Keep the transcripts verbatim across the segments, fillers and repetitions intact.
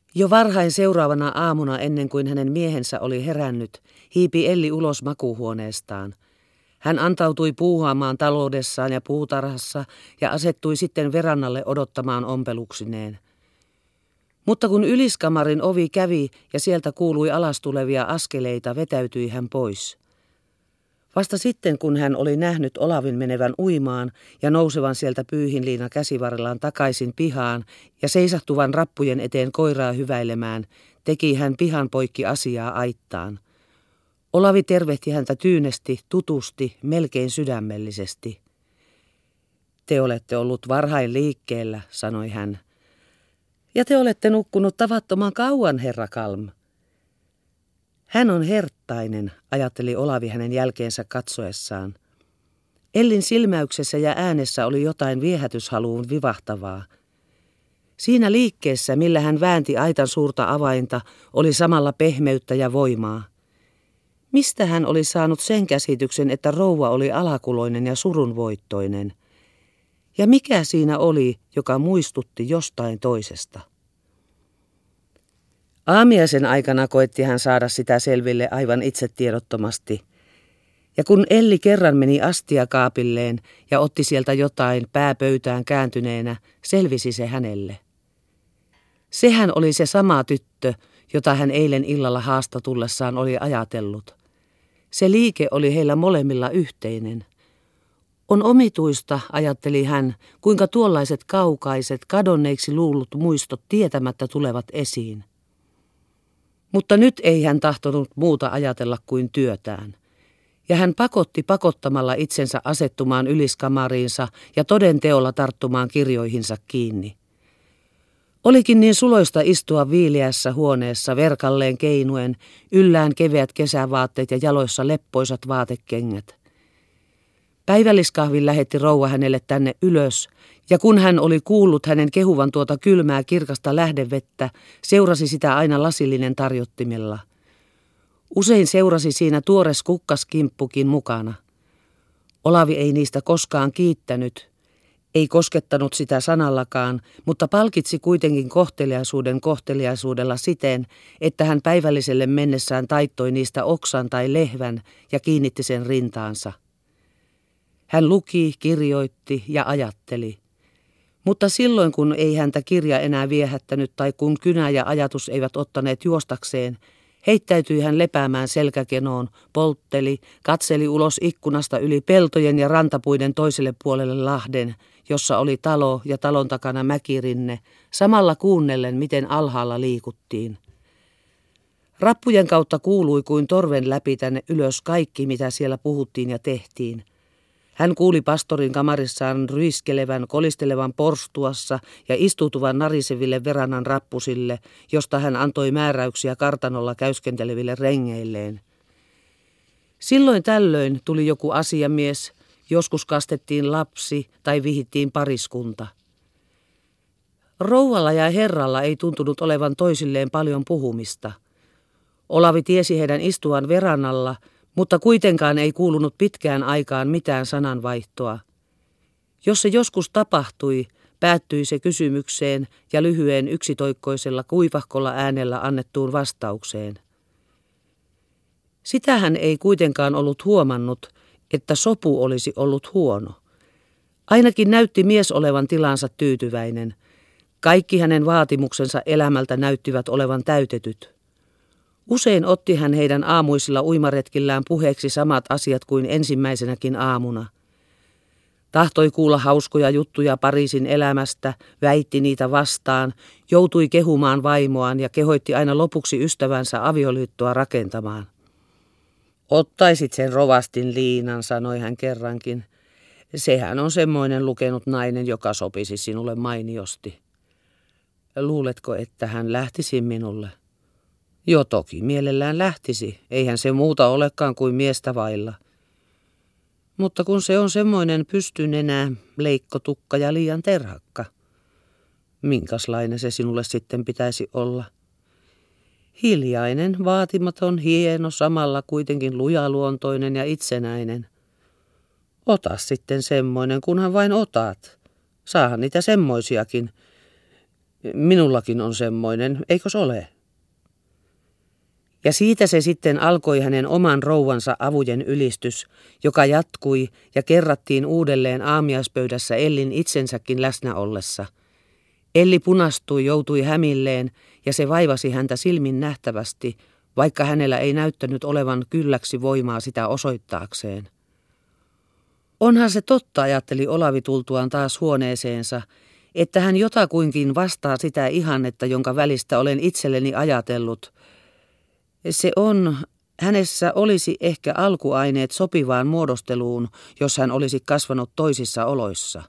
Jo varhain seuraavana aamuna ennen kuin hänen miehensä oli herännyt, hiipi Elli ulos makuuhuoneestaan. Hän antautui puuhaamaan taloudessaan ja puutarhassa ja asettui sitten verannalle odottamaan ompeluksineen. Mutta kun yliskamarin ovi kävi ja sieltä kuului alastulevia askeleita, vetäytyi hän pois. Vasta sitten, kun hän oli nähnyt Olavin menevän uimaan ja nousevan sieltä pyyhinliina käsivarrellaan takaisin pihaan ja seisahtuvan rappujen eteen koiraa hyväilemään, teki hän pihan poikki asiaa aittaan. Olavi tervehti häntä tyynesti, tutusti, melkein sydämellisesti. Te olette ollut varhain liikkeellä, sanoi hän. Ja te olette nukkunut tavattoman kauan, herra Kalm. Hän on herttainen, ajatteli Olavi hänen jälkeensä katsoessaan. Ellin silmäyksessä ja äänessä oli jotain viehätyshaluun vivahtavaa. Siinä liikkeessä, millä hän väänti aitan suurta avainta, oli samalla pehmeyttä ja voimaa. Mistä hän oli saanut sen käsityksen, että rouva oli alakuloinen ja surunvoittoinen? Ja mikä siinä oli, joka muistutti jostain toisesta? Aamiaisen aikana koetti hän saada sitä selville aivan itsetiedottomasti. Ja kun Elli kerran meni astiakaapilleen ja otti sieltä jotain pääpöytään kääntyneenä, selvisi se hänelle. Sehän oli se sama tyttö, jota hän eilen illalla haastatullessaan oli ajatellut. Se liike oli heillä molemmilla yhteinen. On omituista, ajatteli hän, kuinka tuollaiset kaukaiset, kadonneiksi luullut muistot tietämättä tulevat esiin. Mutta nyt ei hän tahtonut muuta ajatella kuin työtään. Ja hän pakotti pakottamalla itsensä asettumaan yliskamariinsa ja toden teolla tarttumaan kirjoihinsa kiinni. Olikin niin suloista istua viileässä huoneessa verkalleen keinuen, yllään keveät kesävaatteet ja jaloissa leppoisat vaatekengät. Päivälliskahvin lähetti rouva hänelle tänne ylös, ja kun hän oli kuullut hänen kehuvan tuota kylmää kirkasta lähdevettä, seurasi sitä aina lasillinen tarjottimella. Usein seurasi siinä tuores kukkaskimppukin mukana. Olavi ei niistä koskaan kiittänyt, ei koskettanut sitä sanallakaan, mutta palkitsi kuitenkin kohteliaisuuden kohteliaisuudella siten, että hän päivälliselle mennessään taittoi niistä oksan tai lehvän ja kiinnitti sen rintaansa. Hän luki, kirjoitti ja ajatteli. Mutta silloin, kun ei häntä kirja enää viehättänyt tai kun kynä ja ajatus eivät ottaneet juostakseen, heittäytyi hän lepäämään selkäkenoon, poltteli, katseli ulos ikkunasta yli peltojen ja rantapuiden toiselle puolelle lahden, jossa oli talo ja talon takana mäkirinne, samalla kuunnellen, miten alhaalla liikuttiin. Rappujen kautta kuului kuin torven läpi tänne ylös kaikki, mitä siellä puhuttiin ja tehtiin. Hän kuuli pastorin kamarissaan ryiskelevän, kolistelevan porstuassa ja istutuvan nariseville verannan rappusille, josta hän antoi määräyksiä kartanolla käyskenteleville rengeilleen. Silloin tällöin tuli joku asiamies, joskus kastettiin lapsi tai vihittiin pariskunta. Rouvalla ja herralla ei tuntunut olevan toisilleen paljon puhumista. Olavi tiesi heidän istuvan verannalla, mutta kuitenkaan ei kuulunut pitkään aikaan mitään sananvaihtoa. Jos se joskus tapahtui, päättyi se kysymykseen ja lyhyen yksitoikkoisella kuivahkolla äänellä annettuun vastaukseen. Sitä hän ei kuitenkaan ollut huomannut, että sopu olisi ollut huono. Ainakin näytti mies olevan tilansa tyytyväinen. Kaikki hänen vaatimuksensa elämältä näyttivät olevan täytetyt. Usein otti hän heidän aamuisilla uimaretkillään puheeksi samat asiat kuin ensimmäisenäkin aamuna. Tahtoi kuulla hauskoja juttuja Pariisin elämästä, väitti niitä vastaan, joutui kehumaan vaimoaan ja kehoitti aina lopuksi ystävänsä avioliittoa rakentamaan. Ottaisit sen rovastin liinan, sanoi hän kerrankin. Sehän on semmoinen lukenut nainen, joka sopisi sinulle mainiosti. Luuletko, että hän lähtisi minulle? Jo toki mielellään lähtisi, eihän se muuta olekaan kuin miestä vailla. Mutta kun se on semmoinen pystynenä, leikkotukka ja liian terhakka. Minkäslainen se sinulle sitten pitäisi olla? Hiljainen, vaatimaton, hieno, samalla kuitenkin lujaluontoinen ja itsenäinen. Ota sitten semmoinen, kunhan vain otat. Saahan niitä semmoisiakin. Minullakin on semmoinen, eikös ole? Ja siitä se sitten alkoi hänen oman rouvansa avujen ylistys, joka jatkui ja kerrattiin uudelleen aamiaispöydässä Ellin itsensäkin läsnä ollessa. Elli punastui, joutui hämilleen ja se vaivasi häntä silmin nähtävästi, vaikka hänellä ei näyttänyt olevan kylläksi voimaa sitä osoittaakseen. Onhan se totta, ajatteli Olavi tultuaan taas huoneeseensa, että hän jotakuinkin vastaa sitä ihannetta, jonka välistä olen itselleni ajatellut. Se on, hänessä olisi ehkä alkuaineet sopivaan muodosteluun, jos hän olisi kasvanut toisissa oloissa.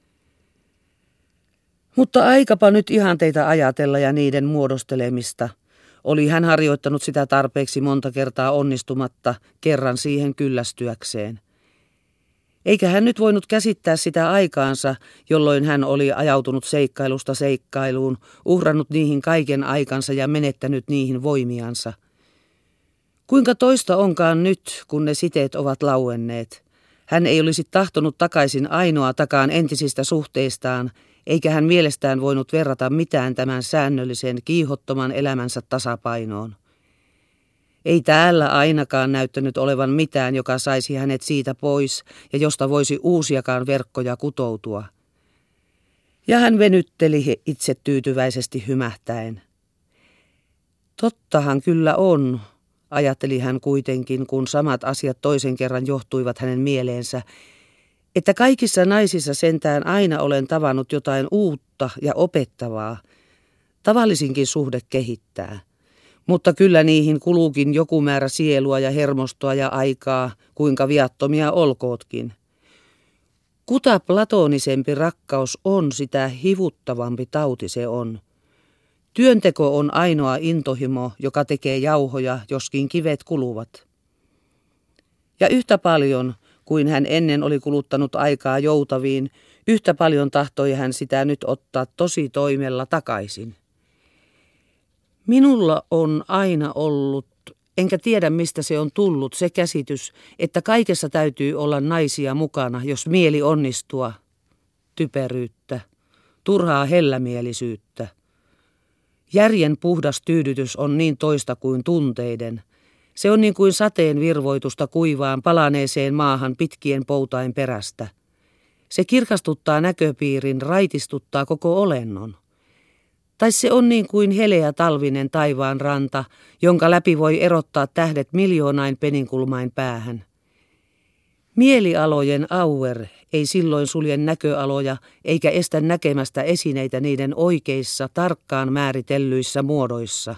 Mutta aikapa nyt ihanteita ajatella ja niiden muodostelemista. Oli hän harjoittanut sitä tarpeeksi monta kertaa onnistumatta, kerran siihen kyllästyäkseen. Eikä hän nyt voinut käsittää sitä aikaansa, jolloin hän oli ajautunut seikkailusta seikkailuun, uhrannut niihin kaiken aikansa ja menettänyt niihin voimiansa. Kuinka toista onkaan nyt, kun ne siteet ovat lauenneet? Hän ei olisi tahtonut takaisin ainoa takaan entisistä suhteistaan, eikä hän mielestään voinut verrata mitään tämän säännöllisen, kiihottoman elämänsä tasapainoon. Ei täällä ainakaan näyttänyt olevan mitään, joka saisi hänet siitä pois ja josta voisi uusiakaan verkkoja kutoutua. Ja hän venytteli itse tyytyväisesti hymähtäen. Tottahan kyllä on, ajatteli hän kuitenkin, kun samat asiat toisen kerran johtuivat hänen mieleensä, että kaikissa naisissa sentään aina olen tavannut jotain uutta ja opettavaa. Tavallisinkin suhde kehittää. Mutta kyllä niihin kuluukin joku määrä sielua ja hermostoa ja aikaa, kuinka viattomia olkootkin. Kuta platonisempi rakkaus on, sitä hivuttavampi tauti se on. Työnteko on ainoa intohimo, joka tekee jauhoja, joskin kivet kuluvat. Ja yhtä paljon kuin hän ennen oli kuluttanut aikaa joutaviin, yhtä paljon tahtoi hän sitä nyt ottaa tosi toimella takaisin. Minulla on aina ollut, enkä tiedä mistä se on tullut, se käsitys, että kaikessa täytyy olla naisia mukana, jos mieli onnistua. Typeryyttä, turhaa hellämielisyyttä. Järjen puhdas tyydytys on niin toista kuin tunteiden. Se on niin kuin sateen virvoitusta kuivaan palaneeseen maahan pitkien poutain perästä. Se kirkastuttaa näköpiirin, raitistuttaa koko olennon. Tai se on niin kuin heleä talvinen taivaan ranta, jonka läpi voi erottaa tähdet miljoonain peninkulmain päähän. Mielialojen auer ei silloin sulje näköaloja eikä estä näkemästä esineitä niiden oikeissa, tarkkaan määritellyissä muodoissa.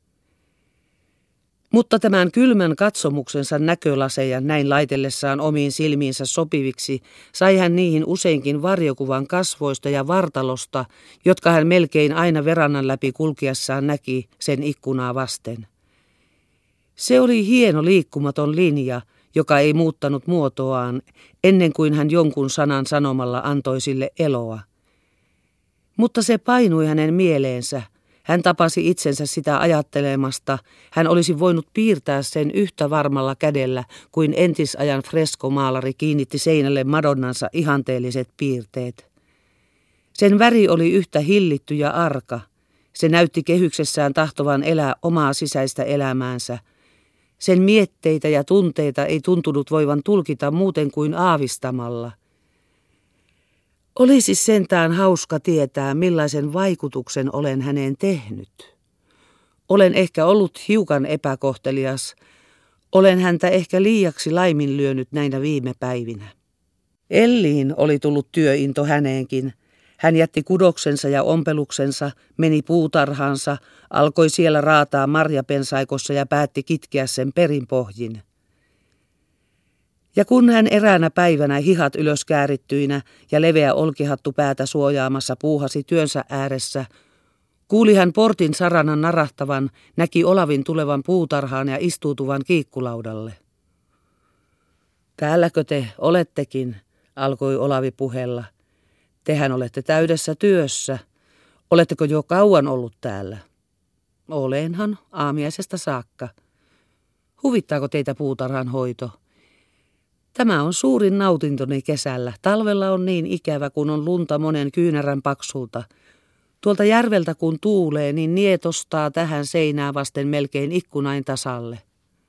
Mutta tämän kylmän katsomuksensa näkölaseja näin laitellessaan omiin silmiinsä sopiviksi, sai hän niihin useinkin varjokuvan kasvoista ja vartalosta, jotka hän melkein aina verannan läpi kulkiessaan näki sen ikkunaa vasten. Se oli hieno liikkumaton linja, joka ei muuttanut muotoaan ennen kuin hän jonkun sanan sanomalla antoi sille eloa. Mutta se painui hänen mieleensä. Hän tapasi itsensä sitä ajattelemasta. Hän olisi voinut piirtää sen yhtä varmalla kädellä kuin entisajan freskomaalari kiinnitti seinälle Madonnansa ihanteelliset piirteet. Sen väri oli yhtä hillitty ja arka. Se näytti kehyksessään tahtovan elää omaa sisäistä elämäänsä. Sen mietteitä ja tunteita ei tuntunut voivan tulkita muuten kuin aavistamalla. Olisi sentään hauska tietää, millaisen vaikutuksen olen häneen tehnyt. Olen ehkä ollut hiukan epäkohtelias. Olen häntä ehkä liiaksi laiminlyönyt näinä viime päivinä. Elliin oli tullut työinto häneenkin. Hän jätti kudoksensa ja ompeluksensa, meni puutarhaansa, alkoi siellä raataa marjapensaikossa ja päätti kitkeä sen perinpohjin. Ja kun hän eräänä päivänä hihat ylös käärittyinä ja leveä olkihattu päätä suojaamassa puuhasi työnsä ääressä, kuuli hän portin saranan narahtavan, näki Olavin tulevan puutarhaan ja istuutuvan kiikkulaudalle. Täälläkö te olettekin, alkoi Olavi puhella. Tehän olette täydessä työssä. Oletteko jo kauan ollut täällä? Olenhan, aamiaisesta saakka. Huvittaako teitä puutarhan hoito? Tämä on suurin nautintoni kesällä. Talvella on niin ikävä, kun on lunta monen kyynärän paksulta. Tuolta järveltä kun tuulee, niin nietostaa tähän seinää vasten melkein ikkunain tasalle.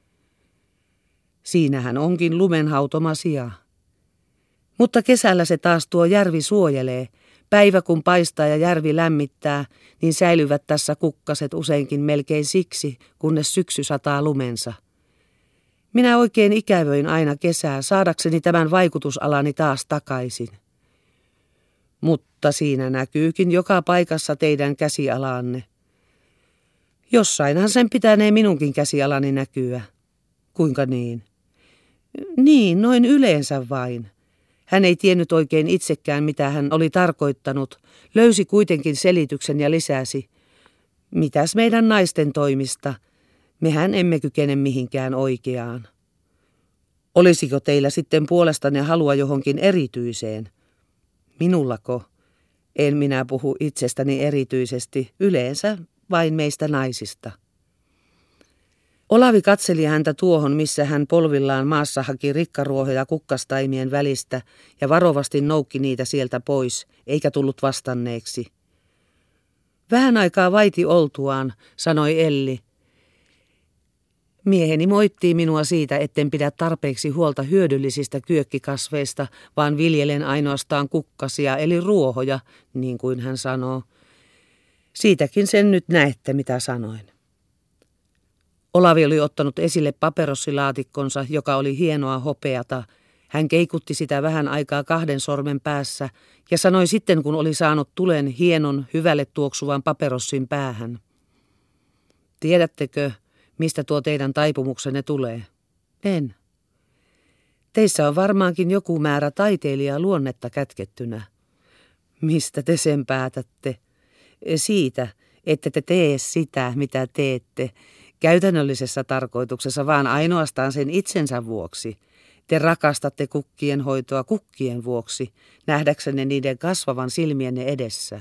Siinähän onkin lumenhautoma sija. Mutta kesällä se taas tuo järvi suojelee. Päivä kun paistaa ja järvi lämmittää, niin säilyvät tässä kukkaset useinkin melkein siksi, kunnes syksy sataa lumensa. Minä oikein ikävöin aina kesää, saadakseni tämän vaikutusalani taas takaisin. Mutta siinä näkyykin joka paikassa teidän käsialanne. Jossainhan sen pitänee minunkin käsialani näkyä. Kuinka niin? Niin, noin yleensä vain. Hän ei tiennyt oikein itsekään, mitä hän oli tarkoittanut, löysi kuitenkin selityksen ja lisäsi. Mitäs meidän naisten toimista? Mehän emme kykene mihinkään oikeaan. Olisiko teillä sitten puolestanne halua johonkin erityiseen? Minullako? En minä puhu itsestäni erityisesti, yleensä vain meistä naisista. Olavi katseli häntä tuohon, missä hän polvillaan maassa haki rikkaruohoja kukkastaimien välistä ja varovasti noukki niitä sieltä pois, eikä tullut vastanneeksi. Vähän aikaa vaiti oltuaan, sanoi Elli. Mieheni moittii minua siitä, etten pidä tarpeeksi huolta hyödyllisistä kyökkikasveista, vaan viljelen ainoastaan kukkasia eli ruohoja, niin kuin hän sanoo. Siitäkin sen nyt näette, mitä sanoin. Olavi oli ottanut esille paperossilaatikkonsa, joka oli hienoa hopeata. Hän keikutti sitä vähän aikaa kahden sormen päässä ja sanoi sitten, kun oli saanut tulen hienon, hyvälle tuoksuvan paperossin päähän. Tiedättekö, mistä tuo teidän taipumuksenne tulee? En. Teissä on varmaankin joku määrä taiteilijaa luonnetta kätkettynä. Mistä te sen päätätte? Siitä, ette te tee sitä, mitä teette, käytännöllisessä tarkoituksessa, vaan ainoastaan sen itsensä vuoksi. Te rakastatte kukkien hoitoa kukkien vuoksi, nähdäksenne niiden kasvavan silmienne edessä.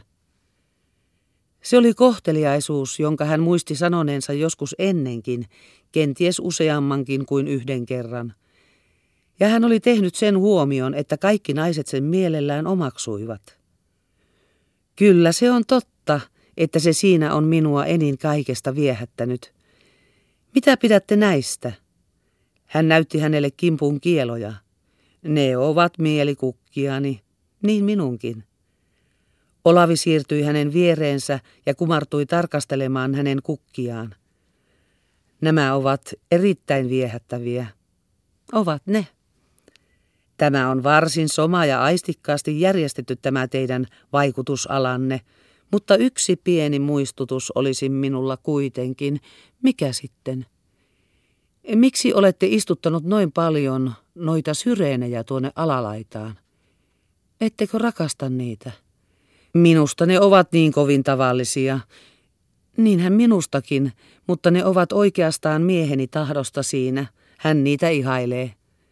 Se oli kohteliaisuus, jonka hän muisti sanoneensa joskus ennenkin, kenties useammankin kuin yhden kerran. Ja hän oli tehnyt sen huomion, että kaikki naiset sen mielellään omaksuivat. Kyllä se on totta, että se siinä on minua enin kaikesta viehättänyt. Mitä pidätte näistä? Hän näytti hänelle kimpun kieloja. Ne ovat mielikukkiani, niin minunkin. Olavi siirtyi hänen viereensä ja kumartui tarkastelemaan hänen kukkiaan. Nämä ovat erittäin viehättäviä. Ovat ne. Tämä on varsin soma ja aistikkaasti järjestetty tämä teidän vaikutusalanne, mutta yksi pieni muistutus olisi minulla kuitenkin. Mikä sitten? Miksi olette istuttanut noin paljon noita syreenejä tuonne alalaitaan? Ettekö rakasta niitä? Minusta ne ovat niin kovin tavallisia. Niinhän minustakin, mutta ne ovat oikeastaan mieheni tahdosta siinä. Hän niitä ihailee.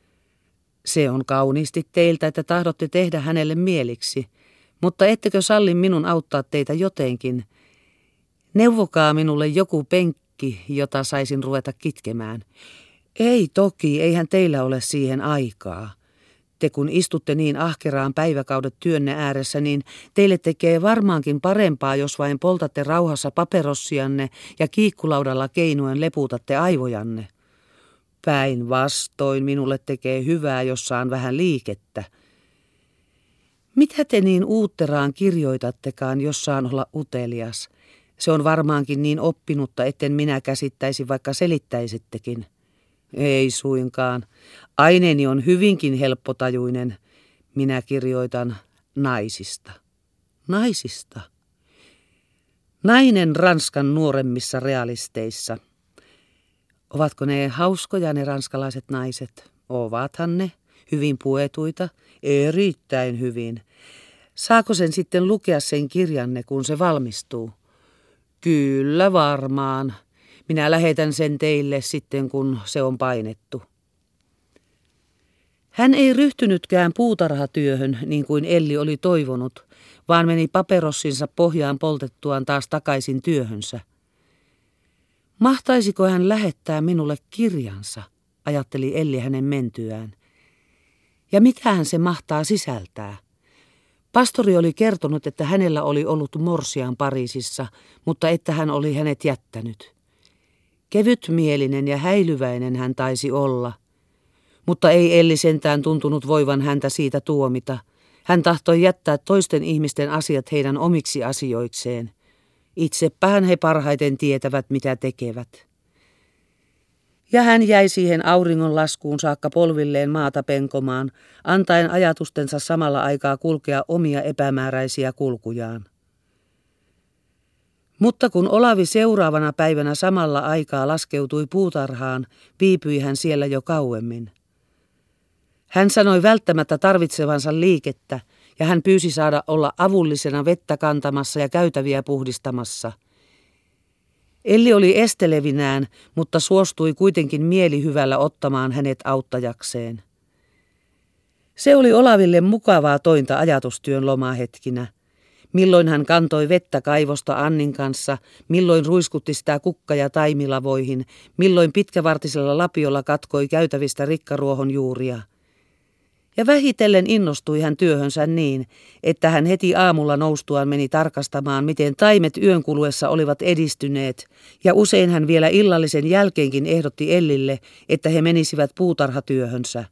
Se on kauniisti teiltä, että tahdotte tehdä hänelle mieliksi, mutta ettekö salli minun auttaa teitä jotenkin? Neuvokaa minulle joku penkki, jota saisin ruveta kitkemään. Ei toki, eihän teillä ole siihen aikaa. Te kun istutte niin ahkeraan päiväkaudet työnne ääressä, niin teille tekee varmaankin parempaa, jos vain poltatte rauhassa paperossianne ja kiikkulaudalla keinuen leputatte aivojanne. Päinvastoin minulle tekee hyvää, jos saan vähän liikettä. Mitä te niin uutteraan kirjoitattekaan, jos saan olla utelias? Se on varmaankin niin oppinutta, etten minä käsittäisi, vaikka selittäisittekin. Ei suinkaan. Aineeni on hyvinkin helppotajuinen. Minä kirjoitan naisista. Naisista? Nainen Ranskan nuoremmissa realisteissa. Ovatko ne hauskoja ne ranskalaiset naiset? Ovathan ne. Hyvin puetuita. Erittäin hyvin. Saako sen sitten lukea sen kirjanne, kun se valmistuu? Kyllä varmaan. Minä lähetän sen teille sitten, kun se on painettu. Hän ei ryhtynytkään puutarhatyöhön, niin kuin Elli oli toivonut, vaan meni paperossinsa pohjaan poltettuaan taas takaisin työhönsä. Mahtaisiko hän lähettää minulle kirjansa, ajatteli Elli hänen mentyään. Ja mitähän se mahtaa sisältää? Pastori oli kertonut, että hänellä oli ollut morsian Pariisissa, mutta että hän oli hänet jättänyt. Kevytmielinen ja häilyväinen hän taisi olla, mutta ei Elli sentään tuntunut voivan häntä siitä tuomita. Hän tahtoi jättää toisten ihmisten asiat heidän omiksi asioikseen. Itsepähän he parhaiten tietävät, mitä tekevät. Ja hän jäi siihen auringon laskuun saakka polvilleen maata penkomaan, antaen ajatustensa samalla aikaa kulkea omia epämääräisiä kulkujaan. Mutta kun Olavi seuraavana päivänä samalla aikaa laskeutui puutarhaan, viipyi hän siellä jo kauemmin. Hän sanoi välttämättä tarvitsevansa liikettä, ja hän pyysi saada olla avullisena vettä kantamassa ja käytäviä puhdistamassa. Elli oli estelevinään, mutta suostui kuitenkin mielihyvällä ottamaan hänet auttajakseen. Se oli Olaville mukavaa tointa ajatustyön lomahetkinä. Milloin hän kantoi vettä kaivosta Annin kanssa, milloin ruiskutti sitä kukka- ja taimilavoihin, milloin pitkävartisella lapiolla katkoi käytävistä rikkaruohon juuria. Ja vähitellen innostui hän työhönsä niin, että hän heti aamulla noustuaan meni tarkastamaan, miten taimet yön kuluessa olivat edistyneet, ja usein hän vielä illallisen jälkeenkin ehdotti Ellille, että he menisivät puutarhatyöhönsä.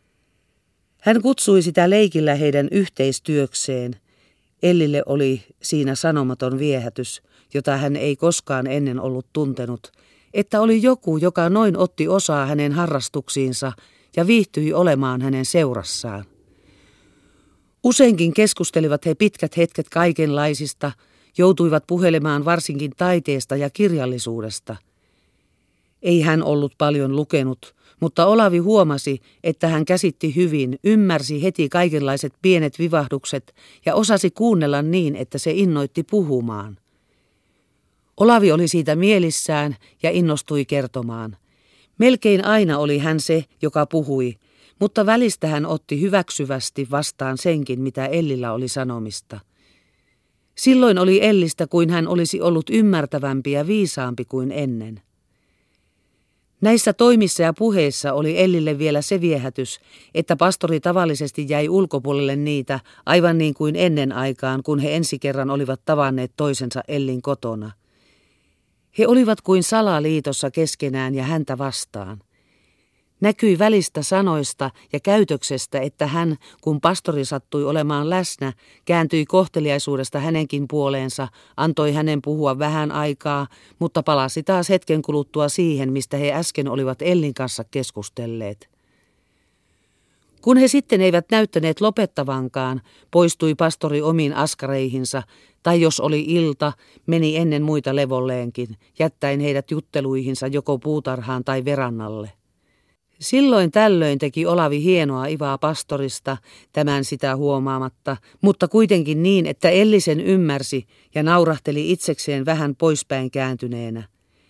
Hän kutsui sitä leikillä heidän yhteistyökseen. Ellille oli siinä sanomaton viehätys, jota hän ei koskaan ennen ollut tuntenut, että oli joku, joka noin otti osaa hänen harrastuksiinsa ja viihtyi olemaan hänen seurassaan. Useinkin keskustelivat he pitkät hetket kaikenlaisista, joutuivat puhelemaan varsinkin taiteesta ja kirjallisuudesta. Ei hän ollut paljon lukenut, mutta Olavi huomasi, että hän käsitti hyvin, ymmärsi heti kaikenlaiset pienet vivahdukset ja osasi kuunnella niin, että se innoitti puhumaan. Olavi oli siitä mielissään ja innostui kertomaan. Melkein aina oli hän se, joka puhui, mutta välistä hän otti hyväksyvästi vastaan senkin, mitä Ellillä oli sanomista. Silloin oli Ellistä kuin hän olisi ollut ymmärtävämpi ja viisaampi kuin ennen. Näissä toimissa ja puheissa oli Ellille vielä se viehätys, että pastori tavallisesti jäi ulkopuolelle niitä aivan niin kuin ennen aikaan, kun he ensi kerran olivat tavanneet toisensa Ellin kotona. He olivat kuin salaliitossa keskenään ja häntä vastaan. Näkyi välistä sanoista ja käytöksestä, että hän, kun pastori sattui olemaan läsnä, kääntyi kohteliaisuudesta hänenkin puoleensa, antoi hänen puhua vähän aikaa, mutta palasi taas hetken kuluttua siihen, mistä he äsken olivat Ellin kanssa keskustelleet. Kun he sitten eivät näyttäneet lopettavankaan, poistui pastori omiin askareihinsa, tai jos oli ilta, meni ennen muita levolleenkin, jättäen heidät jutteluihinsa joko puutarhaan tai verannalle. Silloin tällöin teki Olavi hienoa ivaa pastorista, tämän sitä huomaamatta, mutta kuitenkin niin, että Elli sen ymmärsi ja naurahteli itsekseen vähän poispäin kääntyneenä.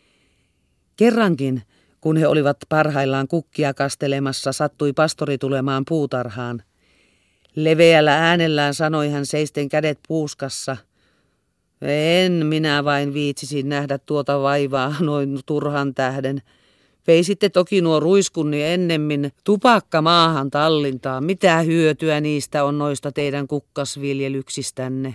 Kerrankin, kun he olivat parhaillaan kukkia kastelemassa, sattui pastori tulemaan puutarhaan. Leveällä äänellään sanoi hän seisten kädet puuskassa. En minä vain viitsisin nähdä tuota vaivaa noin turhan tähden. Veisitte toki nuo ruiskunni ennemmin tupakka maahan tallintaan. Mitä hyötyä niistä on noista teidän kukkasviljelyksistänne?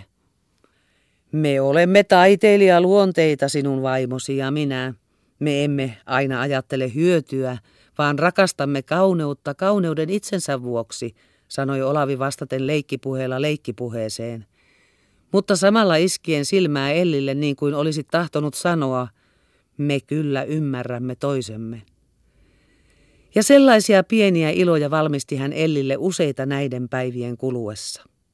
Me olemme taiteilijaluonteita, sinun vaimosi ja minä. Me emme aina ajattele hyötyä, vaan rakastamme kauneutta kauneuden itsensä vuoksi, sanoi Olavi vastaten leikkipuheella leikkipuheeseen. Mutta samalla iskien silmää Ellille niin kuin olisit tahtonut sanoa, me kyllä ymmärrämme toisemme. Ja sellaisia pieniä iloja valmisti hän Ellille useita näiden päivien kuluessa.